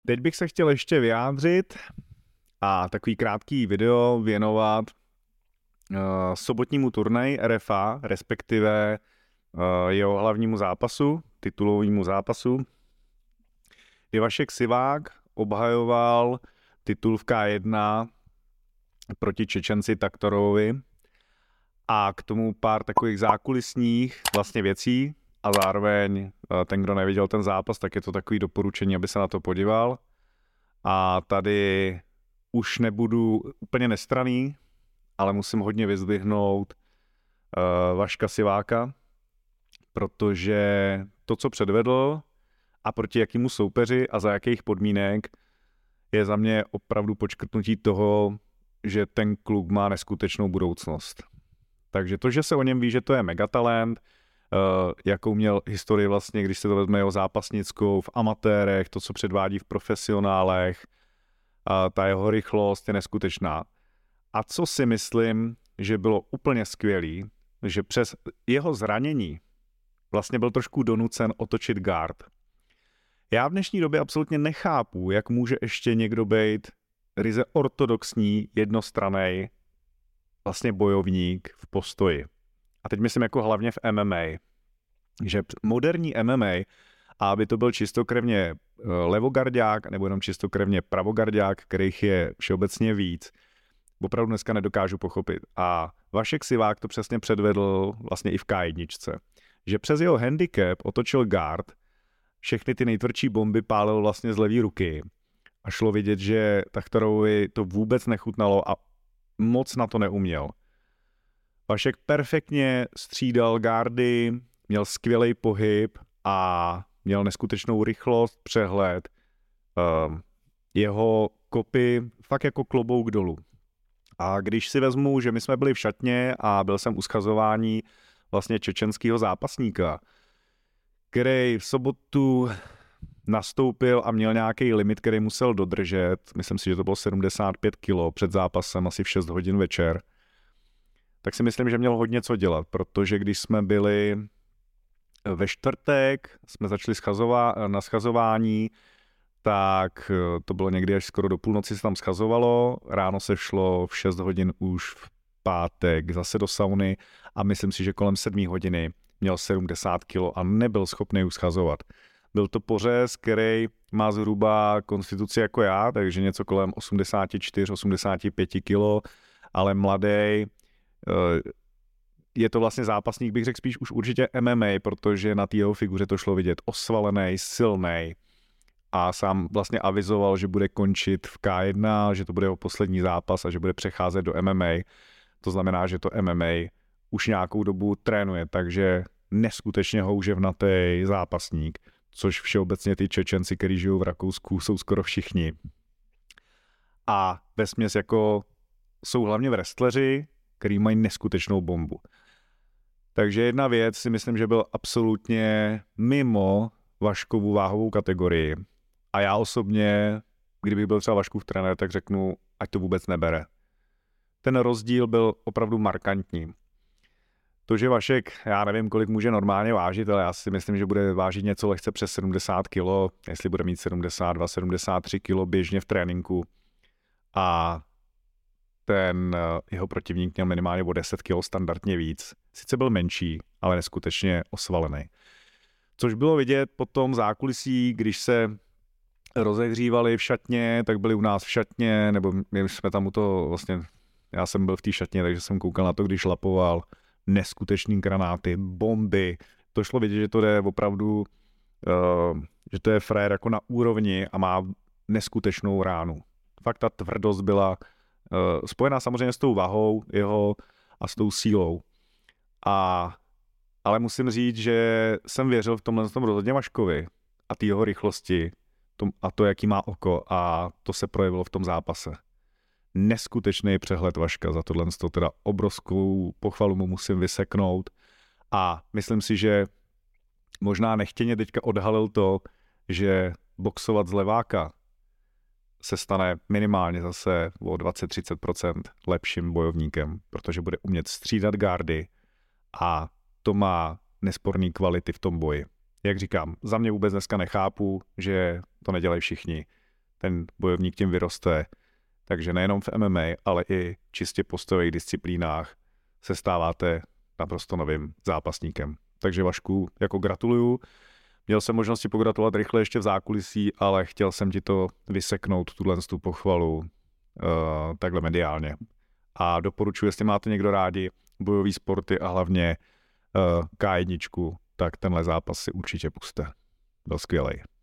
Teď bych se chtěl ještě vyjádřit a takový krátký video věnovat sobotnímu turnaji RFA, respektive jeho hlavnímu zápasu, titulovému zápasu, kdy Vašek Sivák obhajoval titul v K1 proti Čečenci Taktorovi a k tomu pár takových zákulisních vlastně věcí a zároveň ten, kdo neviděl ten zápas, tak je to takový doporučení, aby se na to podíval. A tady už nebudu úplně nestranný, ale musím hodně vyzdvihnout Vaška Siváka, protože to, co předvedl a proti jakýmu soupeři a za jakých podmínek, je za mě opravdu podškrtnutí toho, že ten kluk má neskutečnou budoucnost. Takže to, že se o něm ví, že to je megatalent, jakou měl historii vlastně, když se to vezme jeho zápasnickou v amatérech, to, co předvádí v profesionálech, ta jeho rychlost je neskutečná. A co si myslím, že bylo úplně skvělý, že přes jeho zranění vlastně byl trošku donucen otočit guard. Já v dnešní době absolutně nechápu, jak může ještě někdo být ryze ortodoxní, jednostranný vlastně bojovník v postoji. A teď myslím jako hlavně v MMA, že moderní MMA, a aby to byl čistokrevně levogardiák nebo jenom čistokrevně pravogardiák, kterých je všeobecně víc, opravdu dneska nedokážu pochopit. A Vašek Sivák to přesně předvedl vlastně i v K1, že přes jeho handicap otočil guard, všechny ty nejtvrdší bomby pálil vlastně z levý ruky a šlo vidět, že Taktorovi to vůbec nechutnalo a moc na to neuměl. Vašek perfektně střídal gardy, měl skvělý pohyb a měl neskutečnou rychlost, přehled. Jeho kopy fakt jako klobouk dolů. A když si vezmu, že my jsme byli v šatně a byl jsem u schazování vlastně čečenského zápasníka, který v sobotu nastoupil a měl nějaký limit, který musel dodržet, myslím si, že to bylo 75 kg před zápasem asi v 6 hodin večer, tak si myslím, že měl hodně co dělat, protože když jsme byli ve čtvrtek, jsme začali na schazování, tak to bylo někdy až skoro do půlnoci se tam schazovalo, ráno se šlo v 6 hodin už v pátek zase do sauny a myslím si, že kolem 7 hodiny měl 70 kg a nebyl schopný už schazovat. Byl to pořez, který má zhruba konstituci jako já, takže něco kolem 84-85 kg, ale mladý. Je to vlastně zápasník, bych řekl spíš už určitě MMA, protože na té jeho figuře to šlo vidět. Osvalený, silný a sám vlastně avizoval, že bude končit v K1, že to bude jeho poslední zápas a že bude přecházet do MMA. To znamená, že to MMA už nějakou dobu trénuje, takže neskutečně houževnatý zápasník, což všeobecně ty Čečenci, kteří žijou v Rakousku, jsou skoro všichni. A vesměs jako jsou hlavně wrestleri, který mají neskutečnou bombu. Takže jedna věc si myslím, že byl absolutně mimo Vaškovu váhovou kategorii. A já osobně, kdybych byl třeba Vaškův trenér, tak řeknu, ať to vůbec nebere. Ten rozdíl byl opravdu markantní. To, že Vašek, já nevím, kolik může normálně vážit, ale já si myslím, že bude vážit něco lehce přes 70 kg, jestli bude mít 72, 73 kg běžně v tréninku. A ten jeho protivník měl minimálně o 10 kg standardně víc. Sice byl menší, ale neskutečně osvalený. Což bylo vidět potom v zákulisí, když se rozehřívali v šatně, tak byli u nás v šatně, nebo my jsme tam u toho vlastně, já jsem byl v té šatně, takže jsem koukal na to, když lapoval, neskutečný granáty, bomby. To šlo vidět, že to jde opravdu, že to je frér jako na úrovni a má neskutečnou ránu. Fakt ta tvrdost byla spojená samozřejmě s tou vahou jeho a s tou sílou. Ale musím říct, že jsem věřil v tomhle rozhodně Vaškovi a té jeho rychlosti a to, jaký má oko, a to se projevilo v tom zápase. Neskutečný přehled Vaška, za tohle teda obrovskou pochvalu mu musím vyseknout a myslím si, že možná nechtěně teďka odhalil to, že boxovat z leváka se stane minimálně zase o 20-30% lepším bojovníkem, protože bude umět střídat gardy a to má nesporný kvality v tom boji. Jak říkám, za mě vůbec dneska nechápu, že to nedělají všichni. ten bojovník tím vyroste. Takže nejenom v MMA, ale i čistě postojových disciplínách se stáváte naprosto novým zápasníkem. Takže Vašku, jako gratuluju. Měl jsem možnosti pogratulovat rychle ještě v zákulisí, ale chtěl jsem ti to vyseknout, tu pochvalu takhle mediálně. A doporučuji, jestli máte někdo rádi bojové sporty a hlavně K1, tak tenhle zápas si určitě puste. Byl skvělej.